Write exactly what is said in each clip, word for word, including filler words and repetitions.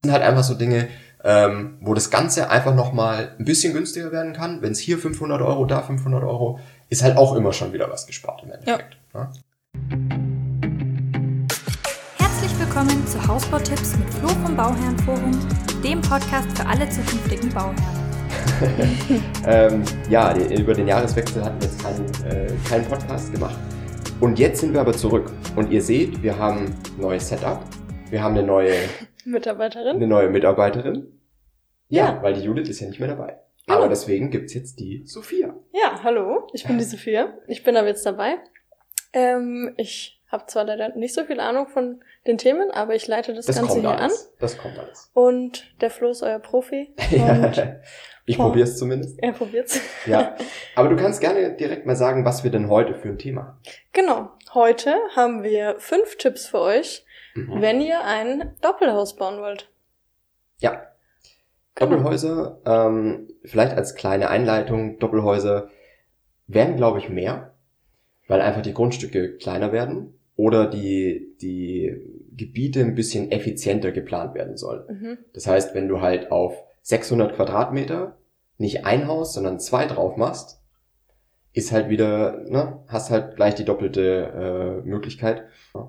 sind halt einfach so Dinge, ähm, wo das Ganze einfach nochmal ein bisschen günstiger werden kann. Wenn es hier fünfhundert Euro, da fünfhundert Euro, ist halt auch immer schon wieder was gespart im Endeffekt. Ja. Ja? Herzlich willkommen zu Hausbautipps mit Flo vom Bauherrenforum, dem Podcast für alle zukünftigen Bauherren. ähm, ja, die, über den Jahreswechsel hatten wir jetzt keinen, äh, keinen Podcast gemacht. Und jetzt sind wir aber zurück. Und ihr seht, wir haben ein neues Setup. Wir haben eine neue Mitarbeiterin. Eine neue Mitarbeiterin. Ja, Ja. weil die Judith ist ja nicht mehr dabei. Genau. Aber deswegen gibt's jetzt die Sophia. Ja, hallo, ich bin die Sophia. Ich bin aber jetzt dabei. Ähm, ich habe zwar leider nicht so viel Ahnung von den Themen, aber ich leite das, Das Ganze kommt hier alles. an. Das kommt alles. Und der Flo ist euer Profi. Und Ja, ich Oh. probier's zumindest. er probiert's. Ja. Aber du kannst gerne direkt mal sagen, was wir denn heute für ein Thema haben. Genau, heute haben wir fünf Tipps für euch, Mhm. wenn ihr ein Doppelhaus bauen wollt. Ja. Genau. Doppelhäuser, ähm, vielleicht als kleine Einleitung, Doppelhäuser werden, glaube ich, mehr, weil einfach die Grundstücke kleiner werden oder die, die Gebiete ein bisschen effizienter geplant werden sollen. Mhm. Das heißt, wenn du halt auf sechshundert Quadratmeter nicht ein Haus, sondern zwei drauf machst, ist halt wieder, ne, hast halt gleich die doppelte äh, Möglichkeit.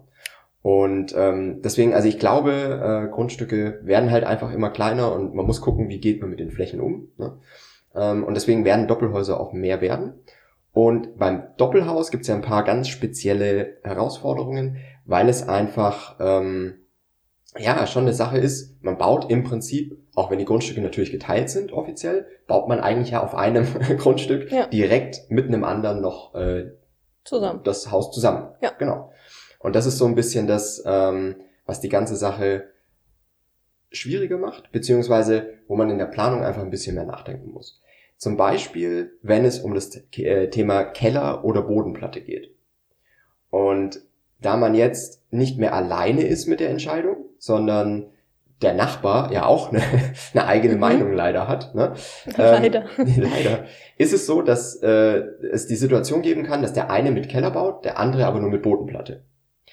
Und ähm, deswegen, also ich glaube, äh, Grundstücke werden halt einfach immer kleiner und man muss gucken, wie geht man mit den Flächen um. Ne? Ähm, und deswegen werden Doppelhäuser auch mehr werden. Und beim Doppelhaus gibt es ja ein paar ganz spezielle Herausforderungen, weil es einfach ähm, ja schon eine Sache ist, man baut im Prinzip, auch wenn die Grundstücke natürlich geteilt sind offiziell, baut man eigentlich ja auf einem Grundstück Ja. direkt mit einem anderen noch äh, Zusammen. das Haus zusammen. Ja. Genau. Und das ist so ein bisschen das, ähm, was die ganze Sache schwieriger macht, beziehungsweise wo man in der Planung einfach ein bisschen mehr nachdenken muss. Zum Beispiel, wenn es um das äh, Thema Keller oder Bodenplatte geht. Und da man jetzt nicht mehr alleine ist mit der Entscheidung, sondern der Nachbar ja auch eine, eine eigene Mhm. Meinung leider hat, ne? Leider. Ähm, leider. Ist es so, dass äh, es die Situation geben kann, dass der eine mit Keller baut, der andere aber nur mit Bodenplatte.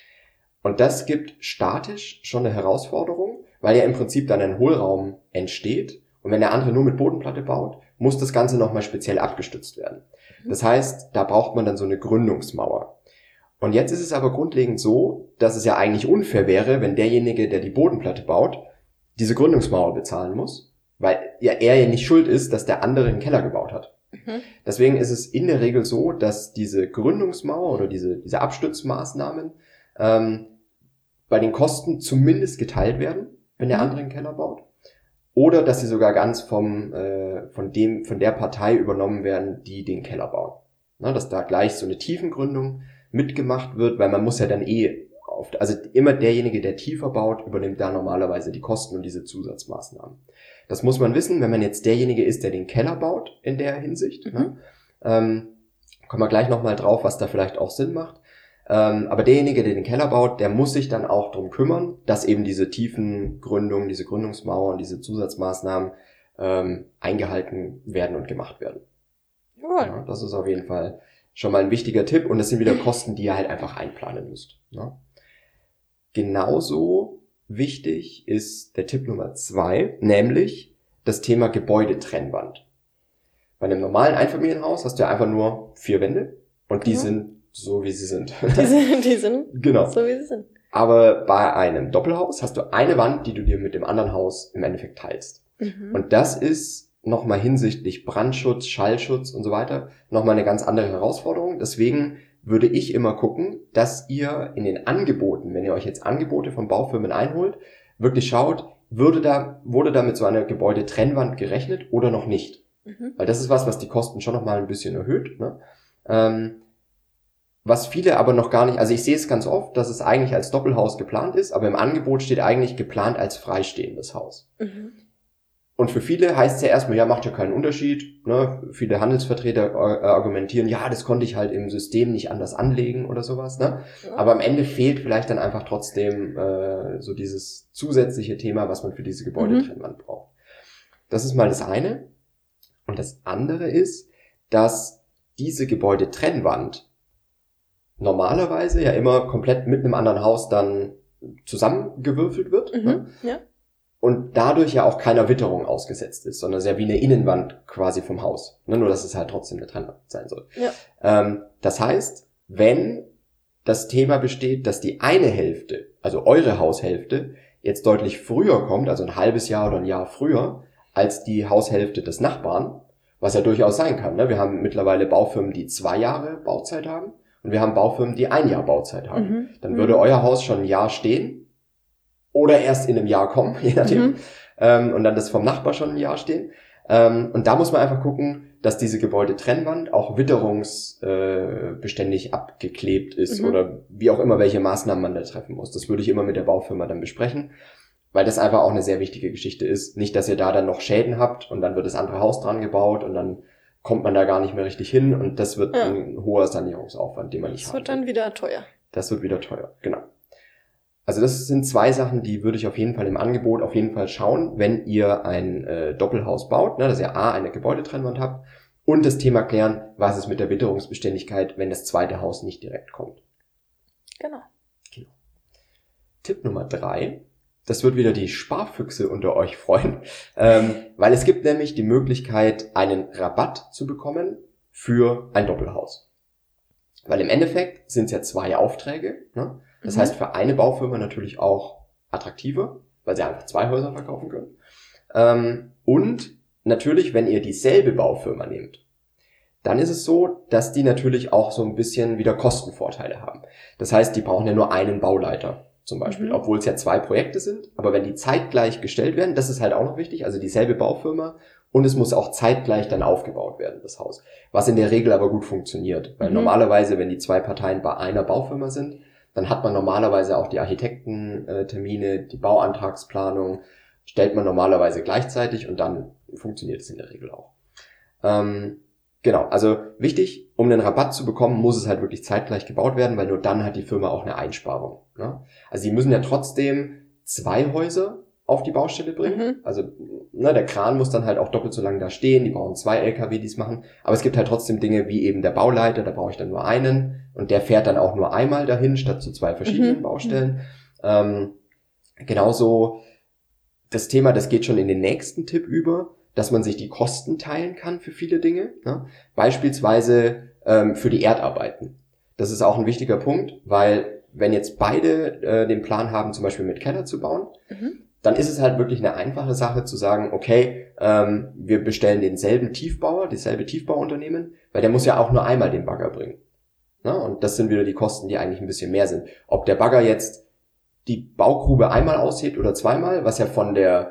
Und das gibt statisch schon eine Herausforderung, weil ja im Prinzip dann ein Hohlraum entsteht. Und wenn der andere nur mit Bodenplatte baut, muss das Ganze nochmal speziell abgestützt werden. Das heißt, da braucht man dann so eine Gründungsmauer. Und jetzt ist es aber grundlegend so, dass es ja eigentlich unfair wäre, wenn derjenige, der die Bodenplatte baut, diese Gründungsmauer bezahlen muss, weil ja er ja nicht schuld ist, dass der andere einen Keller gebaut hat. Mhm. Deswegen ist es in der Regel so, dass diese Gründungsmauer oder diese, diese Abstützmaßnahmen ähm, bei den Kosten zumindest geteilt werden, wenn der Mhm. andere einen Keller baut. Oder dass sie sogar ganz vom äh, von dem von der Partei übernommen werden, die den Keller bauen. Na, dass da gleich so eine Tiefengründung mitgemacht wird, weil man muss ja dann eh auf, also immer derjenige, der tiefer baut, übernimmt da normalerweise die Kosten und diese Zusatzmaßnahmen. Das muss man wissen, wenn man jetzt derjenige ist, der den Keller baut in der Hinsicht. Mhm. Ne? Ähm, kommen wir gleich nochmal drauf, was da vielleicht auch Sinn macht. Ähm, aber derjenige, der den Keller baut, der muss sich dann auch drum kümmern, dass eben diese Tiefengründung, diese Gründungsmauer und diese Zusatzmaßnahmen ähm, eingehalten werden und gemacht werden. Jawohl. Ja, das ist auf jeden Fall schon mal ein wichtiger Tipp und das sind wieder Kosten, die ihr halt einfach einplanen müsst. Ne? Genauso wichtig ist der Tipp Nummer zwei, nämlich das Thema Gebäudetrennwand. Bei einem normalen Einfamilienhaus hast du ja einfach nur vier Wände und die Mhm. sind so, wie sie sind. Die sind, die sind Genau. so, wie sie sind. Aber bei einem Doppelhaus hast du eine Wand, die du dir mit dem anderen Haus im Endeffekt teilst. Mhm. Und das ist nochmal hinsichtlich Brandschutz, Schallschutz und so weiter nochmal eine ganz andere Herausforderung. Deswegen würde ich immer gucken, dass ihr in den Angeboten, wenn ihr euch jetzt Angebote von Baufirmen einholt, wirklich schaut, würde da, wurde da mit so einer Gebäudetrennwand gerechnet oder noch nicht. Mhm. Weil das ist was, was die Kosten schon nochmal ein bisschen erhöht. Ne? Ähm, was viele aber noch gar nicht, also ich sehe es ganz oft, dass es eigentlich als Doppelhaus geplant ist, aber im Angebot steht eigentlich geplant als freistehendes Haus. Mhm. Und für viele heißt es ja erstmal, ja, macht ja keinen Unterschied. Ne? Viele Handelsvertreter äh, argumentieren, ja, das konnte ich halt im System nicht anders anlegen oder sowas. Ne? Ja. Aber am Ende fehlt vielleicht dann einfach trotzdem äh, so dieses zusätzliche Thema, was man für diese Gebäudetrennwand braucht. Das ist mal das eine. Und das andere ist, dass diese Gebäudetrennwand normalerweise ja immer komplett mit einem anderen Haus dann zusammengewürfelt wird. Mhm. Ne? Ja. und dadurch ja auch keiner Witterung ausgesetzt ist, sondern sehr wie eine Innenwand quasi vom Haus. Ne? Nur, dass es halt trotzdem eine Trennwand sein soll. Ja. Ähm, das heißt, wenn das Thema besteht, dass die eine Hälfte, also eure Haushälfte, jetzt deutlich früher kommt, also ein halbes Jahr oder ein Jahr früher, als die Haushälfte des Nachbarn, was ja durchaus sein kann. Ne? Wir haben mittlerweile Baufirmen, die zwei Jahre Bauzeit haben und wir haben Baufirmen, die ein Jahr Bauzeit haben. Mhm. Dann würde mhm. euer Haus schon ein Jahr stehen oder erst in einem Jahr kommen, je nachdem. Mhm. Ähm, und dann das vom Nachbar schon ein Jahr stehen. Ähm, und da muss man einfach gucken, dass diese Gebäudetrennwand auch witterungsbeständig äh, abgeklebt ist Mhm. oder wie auch immer, welche Maßnahmen man da treffen muss. Das würde ich immer mit der Baufirma dann besprechen, weil das einfach auch eine sehr wichtige Geschichte ist. Nicht, dass ihr da dann noch Schäden habt und dann wird das andere Haus dran gebaut und dann kommt man da gar nicht mehr richtig hin und das wird Ja. ein hoher Sanierungsaufwand, den man nicht Das haben wird dann will. wieder teuer. Das wird wieder teuer, genau. Also das sind zwei Sachen, die würde ich auf jeden Fall im Angebot auf jeden Fall schauen, wenn ihr ein äh, Doppelhaus baut, ne, dass ihr A, eine Gebäudetrennwand habt und das Thema klären, was ist mit der Witterungsbeständigkeit, wenn das zweite Haus nicht direkt kommt. Genau. Tipp Nummer drei, das wird wieder die Sparfüchse unter euch freuen, ähm, weil es gibt nämlich die Möglichkeit, einen Rabatt zu bekommen für ein Doppelhaus. Weil im Endeffekt sind es ja zwei Aufträge, ne? Das Mhm. heißt für eine Baufirma natürlich auch attraktiver, weil sie einfach zwei Häuser verkaufen können. Ähm, und natürlich, wenn ihr dieselbe Baufirma nehmt, dann ist es so, dass die natürlich auch so ein bisschen wieder Kostenvorteile haben. Das heißt, die brauchen ja nur einen Bauleiter zum Beispiel, Mhm. obwohl es ja zwei Projekte sind. Aber wenn die zeitgleich gestellt werden, das ist halt auch noch wichtig, also dieselbe Baufirma und es muss auch zeitgleich dann aufgebaut werden, das Haus. Was in der Regel aber gut funktioniert, weil Mhm. normalerweise, wenn die zwei Parteien bei einer Baufirma sind, dann hat man normalerweise auch die Architektentermine, die Bauantragsplanung, stellt man normalerweise gleichzeitig und dann funktioniert es in der Regel auch. Ähm, genau, also wichtig, um einen Rabatt zu bekommen, muss es halt wirklich zeitgleich gebaut werden, weil nur dann hat die Firma auch eine Einsparung. Ne? Also sie müssen ja trotzdem zwei Häuser auf die Baustelle bringen. Mhm. Also ne, der Kran muss dann halt auch doppelt so lange da stehen, die brauchen zwei L K W, die es machen. Aber es gibt halt trotzdem Dinge wie eben der Bauleiter, da brauche ich dann nur einen und der fährt dann auch nur einmal dahin, statt zu zwei verschiedenen Mhm. Baustellen. Ähm, genauso das Thema, das geht schon in den nächsten Tipp über, dass man sich die Kosten teilen kann für viele Dinge. Ne? Beispielsweise ähm, für die Erdarbeiten. Das ist auch ein wichtiger Punkt, weil wenn jetzt beide äh, den Plan haben, zum Beispiel mit Keller zu bauen, Mhm. dann ist es halt wirklich eine einfache Sache zu sagen, okay, ähm, wir bestellen denselben Tiefbauer, dasselbe Tiefbauunternehmen, weil der muss ja auch nur einmal den Bagger bringen. Ne? Und das sind wieder die Kosten, die eigentlich ein bisschen mehr sind. Ob der Bagger jetzt die Baugrube einmal aushebt oder zweimal, was ja von der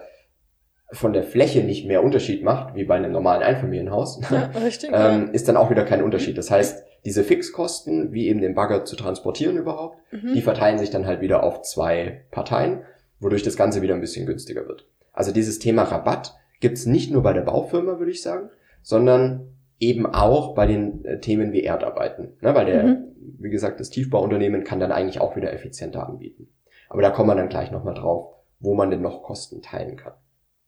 von der Fläche nicht mehr Unterschied macht, wie bei einem normalen Einfamilienhaus, Ja, richtig. ja. ähm, ist dann auch wieder kein Unterschied. Das heißt, diese Fixkosten, wie eben den Bagger zu transportieren überhaupt, Mhm. die verteilen sich dann halt wieder auf zwei Parteien, wodurch das Ganze wieder ein bisschen günstiger wird. Also dieses Thema Rabatt gibt's nicht nur bei der Baufirma, würde ich sagen, sondern eben auch bei den äh, Themen wie Erdarbeiten. Ne, weil der, Mhm. wie gesagt, das Tiefbauunternehmen kann dann eigentlich auch wieder effizienter anbieten. Aber da kommen wir dann gleich nochmal drauf, wo man denn noch Kosten teilen kann.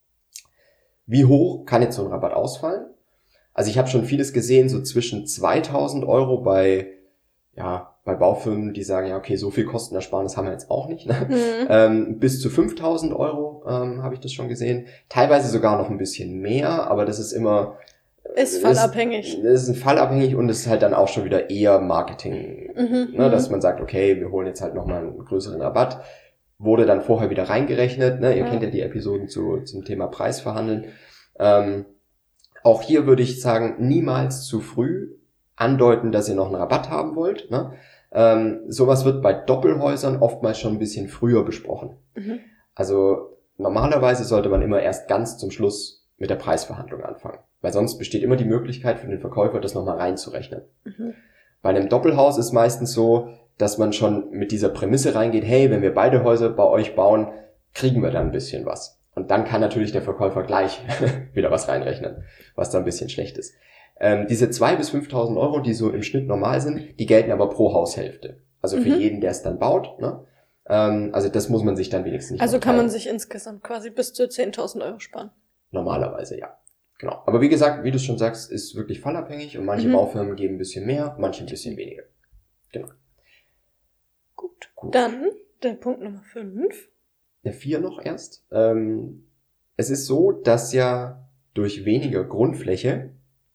Wie hoch kann jetzt so ein Rabatt ausfallen? Also ich habe schon vieles gesehen, so zwischen zweitausend Euro bei, ja, bei Baufirmen, die sagen, ja, okay, so viel Kostenersparnis haben wir jetzt auch nicht. Ne? Mhm. Ähm, bis zu fünftausend Euro ähm, habe ich das schon gesehen. Teilweise sogar noch ein bisschen mehr, aber das ist immer... Ist fallabhängig. Das ist ein fallabhängig und es ist halt dann auch schon wieder eher Marketing, Mhm. ne, mhm. dass man sagt, okay, wir holen jetzt halt nochmal einen größeren Rabatt. Wurde dann vorher wieder reingerechnet. Ne? Ihr Ja. kennt ja die Episoden zu, zum Thema Preisverhandeln. Ähm, auch hier würde ich sagen, niemals zu früh andeuten, dass ihr noch einen Rabatt haben wollt. Ne? Ähm, sowas wird bei Doppelhäusern oftmals schon ein bisschen früher besprochen. Mhm. Also normalerweise sollte man immer erst ganz zum Schluss mit der Preisverhandlung anfangen. Weil sonst besteht immer die Möglichkeit für den Verkäufer, das nochmal reinzurechnen. Mhm. Bei einem Doppelhaus ist meistens so, dass man schon mit dieser Prämisse reingeht, hey, wenn wir beide Häuser bei euch bauen, kriegen wir dann ein bisschen was. Und dann kann natürlich der Verkäufer gleich wieder was reinrechnen, was da ein bisschen schlecht ist. Ähm, diese zweitausend bis fünftausend Euro, die so im Schnitt normal sind, die gelten aber pro Haushälfte. Also für Mhm. jeden, der es dann baut. Ne? Ähm, also das muss man sich dann wenigstens nicht Also kann man aufteilen. sich insgesamt quasi bis zu zehntausend Euro sparen. Normalerweise, ja. Genau. Aber wie gesagt, wie du schon sagst, ist wirklich fallabhängig und manche Mhm. Baufirmen geben ein bisschen mehr, manche ein bisschen weniger. Gut. Gut. Dann der Punkt Nummer fünf. Eine vier noch erst. Ähm, es ist so, dass ja durch weniger Grundfläche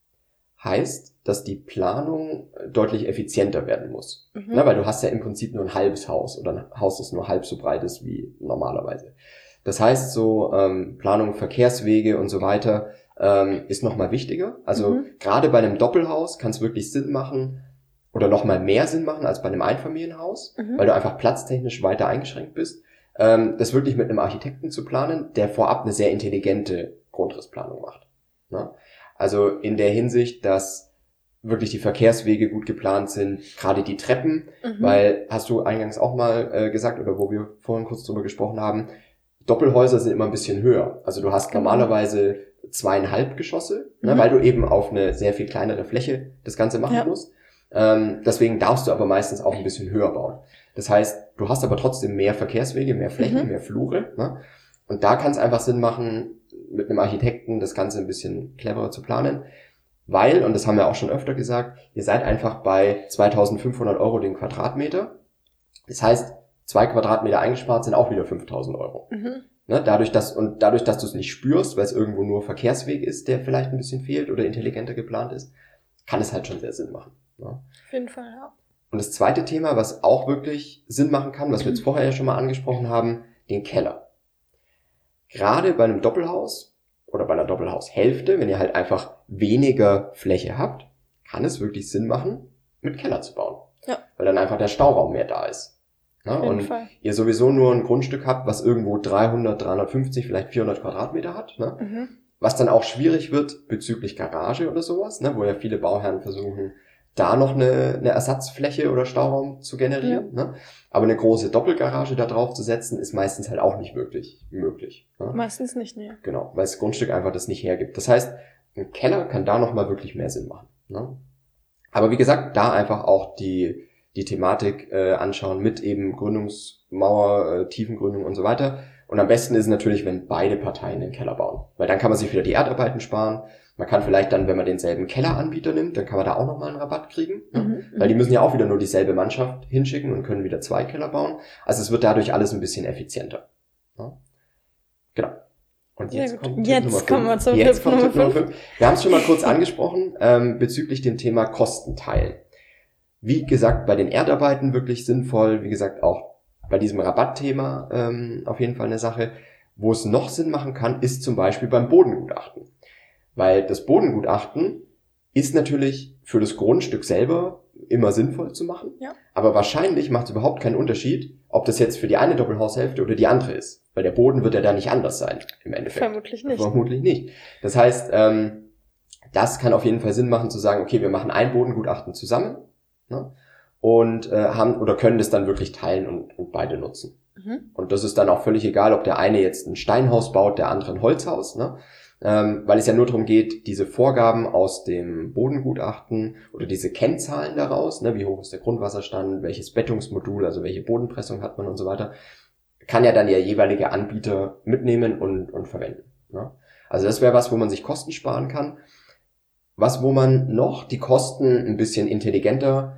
heißt, dass die Planung deutlich effizienter werden muss. Mhm. Na, weil du hast ja im Prinzip nur ein halbes Haus oder ein Haus, das nur halb so breit ist wie normalerweise. Das heißt, so ähm, Planung, Verkehrswege und so weiter ähm, ist nochmal wichtiger. Also mhm. gerade bei einem Doppelhaus kann es wirklich Sinn machen oder nochmal mehr Sinn machen als bei einem Einfamilienhaus, mhm. weil du einfach platztechnisch weiter eingeschränkt bist. Ähm, das wirklich mit einem Architekten zu planen, der vorab eine sehr intelligente Grundrissplanung macht. Ne? Also in der Hinsicht, dass wirklich die Verkehrswege gut geplant sind, gerade die Treppen, mhm. weil, hast du eingangs auch mal äh, gesagt, oder wo wir vorhin kurz drüber gesprochen haben, Doppelhäuser sind immer ein bisschen höher. Also du hast genau. normalerweise zweieinhalb Geschosse, mhm. ne, weil du eben auf eine sehr viel kleinere Fläche das Ganze machen ja. musst. Ähm, deswegen darfst du aber meistens auch ein bisschen höher bauen. Das heißt, du hast aber trotzdem mehr Verkehrswege, mehr Flächen, mhm. mehr Flure. Ne? Und da kann es einfach Sinn machen, mit einem Architekten das Ganze ein bisschen cleverer zu planen. Weil, und das haben wir auch schon öfter gesagt, ihr seid einfach bei zweitausendfünfhundert Euro den Quadratmeter. Das heißt, zwei Quadratmeter eingespart sind auch wieder fünftausend Euro. Mhm. Ne? Dadurch, dass, und dadurch, dass du es nicht spürst, weil es irgendwo nur Verkehrsweg ist, der vielleicht ein bisschen fehlt oder intelligenter geplant ist, kann es halt schon sehr Sinn machen. Ne? Auf jeden Fall, ja. Und das zweite Thema, was auch wirklich Sinn machen kann, was wir jetzt vorher ja schon mal angesprochen haben, den Keller. Gerade bei einem Doppelhaus oder bei einer Doppelhaushälfte, wenn ihr halt einfach weniger Fläche habt, kann es wirklich Sinn machen, mit Keller zu bauen. Ja. Weil dann einfach der Stauraum mehr da ist. Ja, und Fall. Ihr sowieso nur ein Grundstück habt, was irgendwo dreihundert, dreihundertfünfzig, vielleicht vierhundert Quadratmeter hat, ne? Mhm. Was dann auch schwierig wird bezüglich Garage oder sowas, ne? Wo ja viele Bauherren versuchen, da noch eine, eine Ersatzfläche oder Stauraum zu generieren. Ja. Ne? Aber eine große Doppelgarage da drauf zu setzen, ist meistens halt auch nicht wirklich möglich. Ne? Meistens nicht, ne. Genau, weil das Grundstück einfach das nicht hergibt. Das heißt, ein Keller kann da nochmal wirklich mehr Sinn machen. Ne? Aber wie gesagt, da einfach auch die die Thematik äh, anschauen mit eben Gründungsmauer, äh, Tiefengründung und so weiter. Und am besten ist es natürlich, wenn beide Parteien den Keller bauen. Weil dann kann man sich wieder die Erdarbeiten sparen. Man kann vielleicht dann, wenn man denselben Kelleranbieter nimmt, dann kann man da auch nochmal einen Rabatt kriegen. Ne? Mhm, weil die müssen ja auch wieder nur dieselbe Mannschaft hinschicken und können wieder zwei Keller bauen. Also es wird dadurch alles ein bisschen effizienter. Ne? Genau. Und jetzt kommt Tipp Nummer fünf. Kommen wir zum jetzt kommt Tipp Nummer fünf. Wir haben es schon mal kurz angesprochen, ähm, bezüglich dem Thema Kostenteilen. Wie gesagt, bei den Erdarbeiten wirklich sinnvoll. Wie gesagt, auch bei diesem Rabattthema ähm, auf jeden Fall eine Sache. Wo es noch Sinn machen kann, ist zum Beispiel beim Bodengutachten. Weil das Bodengutachten ist natürlich für das Grundstück selber immer sinnvoll zu machen. Ja. Aber wahrscheinlich macht es überhaupt keinen Unterschied, ob das jetzt für die eine Doppelhaushälfte oder die andere ist. Weil der Boden wird ja da nicht anders sein im Endeffekt. Vermutlich nicht. Vermutlich nicht. Das heißt, ähm, das kann auf jeden Fall Sinn machen zu sagen, okay, wir machen ein Bodengutachten zusammen. Ne? Und äh, haben oder können das dann wirklich teilen und, und beide nutzen. Mhm. Und das ist dann auch völlig egal, ob der eine jetzt ein Steinhaus baut, der andere ein Holzhaus, ne? Ähm, weil es ja nur darum geht, diese Vorgaben aus dem Bodengutachten oder diese Kennzahlen daraus, ne, wie hoch ist der Grundwasserstand, welches Bettungsmodul, also welche Bodenpressung hat man und so weiter, kann ja dann der jeweilige Anbieter mitnehmen und, und verwenden. Ne? Also das wäre was, wo man sich Kosten sparen kann. Was, wo man noch die Kosten ein bisschen intelligenter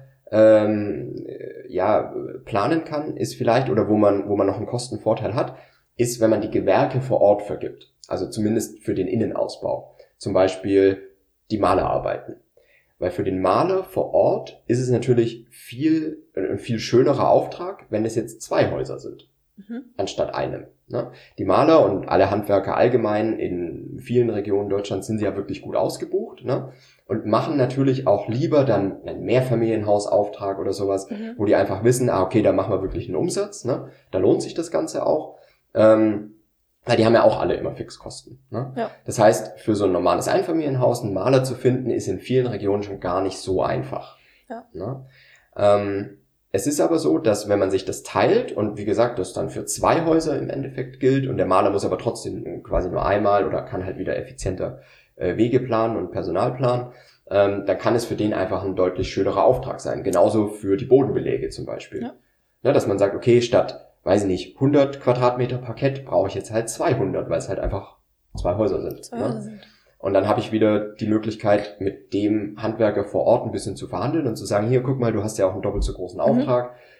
ähm, ja planen kann, ist vielleicht, oder wo man wo man noch einen Kostenvorteil hat, ist, wenn man die Gewerke vor Ort vergibt. Also zumindest für den Innenausbau. Zum Beispiel die Malerarbeiten. Weil für den Maler vor Ort ist es natürlich viel ein viel schönerer Auftrag, wenn es jetzt zwei Häuser sind, mhm. anstatt einem. Ne? Die Maler und alle Handwerker allgemein in vielen Regionen Deutschlands sind sie ja wirklich gut ausgebucht, ne? Und machen natürlich auch lieber dann einen Mehrfamilienhausauftrag oder sowas, mhm. wo die einfach wissen, ah okay, da machen wir wirklich einen Umsatz, ne? Da lohnt sich das Ganze auch. Ähm, weil die haben ja auch alle immer Fixkosten. Ne? Ja. Das heißt, für so ein normales Einfamilienhaus einen Maler zu finden, ist in vielen Regionen schon gar nicht so einfach. Ja. Ne? Ähm, es ist aber so, dass wenn man sich das teilt und wie gesagt, das dann für zwei Häuser im Endeffekt gilt und der Maler muss aber trotzdem quasi nur einmal oder kann halt wieder effizienter äh, Wege planen und Personal planen, ähm, dann kann es für den einfach ein deutlich schönerer Auftrag sein. Genauso für die Bodenbeläge zum Beispiel. Ja. Ne, dass man sagt, okay, statt weiß ich nicht, hundert Quadratmeter Parkett brauche ich jetzt halt zweihundert, weil es halt einfach zwei Häuser sind. Zwei Häuser ne? sind. Und dann habe ich wieder die Möglichkeit, mit dem Handwerker vor Ort ein bisschen zu verhandeln und zu sagen, hier, guck mal, du hast ja auch einen doppelt so großen Auftrag, mhm.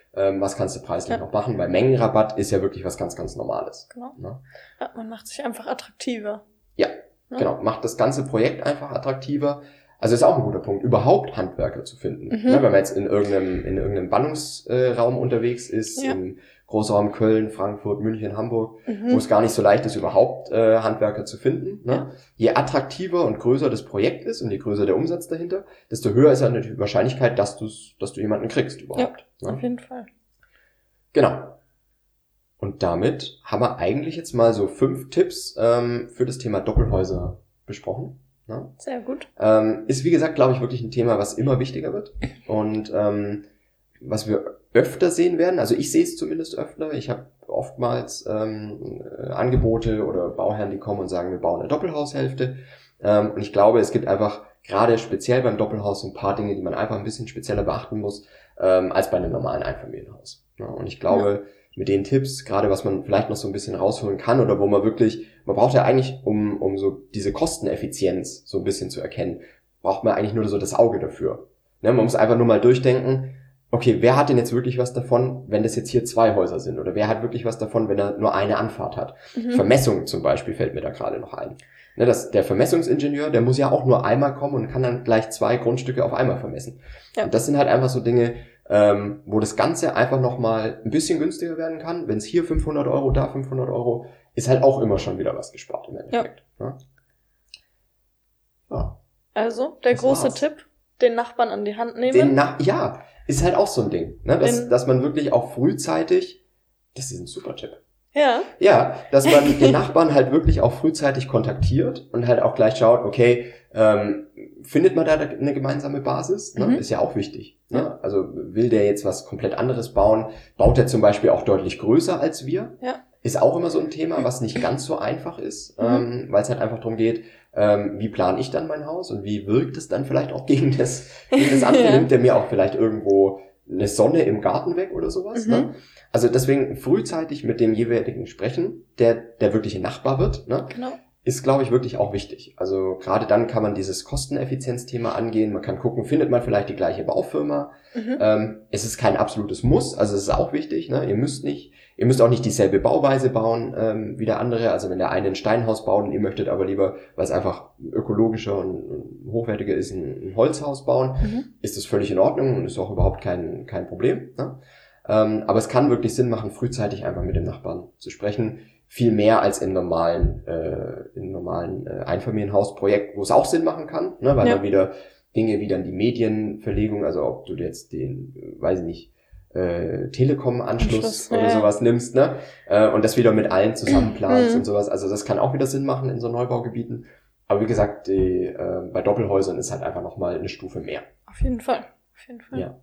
ähm, was kannst du preislich ja. noch machen, weil Mengenrabatt ist ja wirklich was ganz, ganz Normales. Genau. Ne? Ja, man macht sich einfach attraktiver. Ja, ja, genau. Macht das ganze Projekt einfach attraktiver. Also ist auch ein guter Punkt, überhaupt Handwerker zu finden. Mhm. Ne, wenn man jetzt in irgendeinem, in irgendeinem Ballungsraum unterwegs ist, ja. im Großraum Köln, Frankfurt, München, Hamburg, mhm. wo es gar nicht so leicht ist, überhaupt äh, Handwerker zu finden. Ne? Ja. Je attraktiver und größer das Projekt ist und je größer der Umsatz dahinter, desto höher ist dann die Wahrscheinlichkeit, dass, du's, dass du jemanden kriegst überhaupt. Ja, ne? Auf jeden Fall. Genau. Und damit haben wir eigentlich jetzt mal so fünf Tipps ähm, für das Thema Doppelhäuser besprochen. Ne? Sehr gut. Ähm, ist wie gesagt, glaube ich, wirklich ein Thema, was immer wichtiger wird und ähm, was wir öfter sehen werden. Also ich sehe es zumindest öfter. Ich habe oftmals ähm, Angebote oder Bauherren, die kommen und sagen, wir bauen eine Doppelhaushälfte. Ähm, und ich glaube, es gibt einfach gerade speziell beim Doppelhaus ein paar Dinge, die man einfach ein bisschen spezieller beachten muss, ähm, als bei einem normalen Einfamilienhaus. Ja, und ich glaube, ja. mit den Tipps, gerade was man vielleicht noch so ein bisschen rausholen kann oder wo man wirklich, man braucht ja eigentlich, um um so diese Kosteneffizienz so ein bisschen zu erkennen, braucht man eigentlich nur so das Auge dafür. Ne, man muss einfach nur mal durchdenken, okay, wer hat denn jetzt wirklich was davon, wenn das jetzt hier zwei Häuser sind? Oder wer hat wirklich was davon, wenn er nur eine Anfahrt hat? Mhm. Vermessung zum Beispiel fällt mir da gerade noch ein. Ne, das, der Vermessungsingenieur, der muss ja auch nur einmal kommen und kann dann gleich zwei Grundstücke auf einmal vermessen. Ja. Und das sind halt einfach so Dinge, ähm, wo das Ganze einfach nochmal ein bisschen günstiger werden kann. Wenn es hier fünfhundert Euro, da fünfhundert Euro, ist halt auch immer schon wieder was gespart im Endeffekt. Ja. Ja. Ja. Also, der das große war's. Tipp, den Nachbarn an die Hand nehmen. Den Na- ja, ist halt auch so ein Ding, ne? dass, dass man wirklich auch frühzeitig, das ist ein super Tipp. Ja. Ja, dass man den Nachbarn halt wirklich auch frühzeitig kontaktiert und halt auch gleich schaut, okay, ähm, findet man da eine gemeinsame Basis? Ne? Mhm. Ist ja auch wichtig. Ne? Ja. Also will der jetzt was komplett anderes bauen? Baut er zum Beispiel auch deutlich größer als wir? Ja. Ist auch immer so ein Thema, was nicht ganz so einfach ist, mhm. ähm, weil es halt einfach darum geht, ähm, wie plane ich dann mein Haus und wie wirkt es dann vielleicht auch gegen das, gegen das andere? Ja. Nimmt der mir auch vielleicht irgendwo eine Sonne im Garten weg oder sowas? Mhm. Ne? Also deswegen frühzeitig mit dem jeweiligen sprechen, der der wirkliche Nachbar wird, ne? Genau. Ist, glaube ich, wirklich auch wichtig. Also gerade dann kann man dieses Kosteneffizienzthema angehen. Man kann gucken, findet man vielleicht die gleiche Baufirma. Mhm. Ähm, es ist kein absolutes Muss, also es ist auch wichtig. Ne? Ihr müsst nicht, ihr müsst auch nicht dieselbe Bauweise bauen ähm, wie der andere. Also wenn der eine ein Steinhaus baut und ihr möchtet aber lieber, weil es einfach ökologischer und hochwertiger ist, ein, ein Holzhaus bauen, mhm. ist das völlig in Ordnung und ist auch überhaupt kein kein Problem. Ne? Ähm, aber es kann wirklich Sinn machen, frühzeitig einfach mit dem Nachbarn zu sprechen. Viel mehr als im normalen, äh, im normalen äh, Einfamilienhausprojekt, wo es auch Sinn machen kann, ne, weil ja. man wieder Dinge wie dann die Medienverlegung, also ob du jetzt den, äh, weiß ich nicht, äh, Telekom-Anschluss oder ja. sowas nimmst, ne, äh, und das wieder mit allen zusammen planst mhm. und sowas. Also das kann auch wieder Sinn machen in so Neubaugebieten. Aber wie gesagt, die, äh, bei Doppelhäusern ist halt einfach nochmal eine Stufe mehr. Auf jeden Fall, auf jeden Fall. Ja.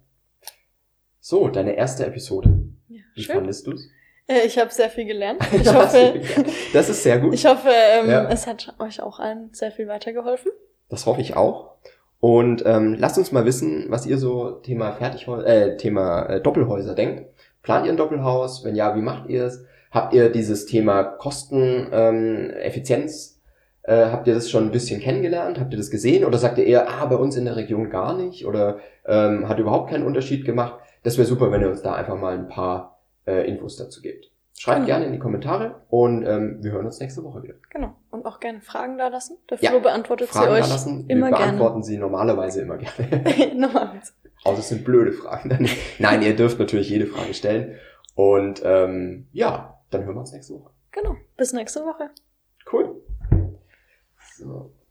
So, deine erste Episode. Ja, wie schön. fandest du's? Ich habe sehr viel gelernt. Ich hoffe, das ist sehr gut. Ich hoffe, ähm, ja. es hat euch auch allen sehr viel weitergeholfen. Das hoffe ich auch. Und ähm, lasst uns mal wissen, was ihr so Thema Fertighäuser, äh, Thema äh, Doppelhäuser denkt. Plant ihr ein Doppelhaus? Wenn ja, wie macht ihr es? Habt ihr dieses Thema Kosten, ähm, Effizienz, äh, habt ihr das schon ein bisschen kennengelernt? Habt ihr das gesehen? Oder sagt ihr eher, ah, bei uns in der Region gar nicht? Oder ähm, hat überhaupt keinen Unterschied gemacht? Das wäre super, wenn ihr uns da einfach mal ein paar Äh, Infos dazu gibt. Schreibt genau. gerne in die Kommentare und ähm, wir hören uns nächste Woche wieder. Genau. Und auch gerne Fragen da lassen. Der Flo ja. beantwortet Fragen sie euch da lassen. immer wir beantworten gerne. sie normalerweise immer gerne. Normalerweise. Außer es sind blöde Fragen. Nein, ihr dürft natürlich jede Frage stellen. Und ähm, ja, dann hören wir uns nächste Woche. Genau. Bis nächste Woche. Cool. So.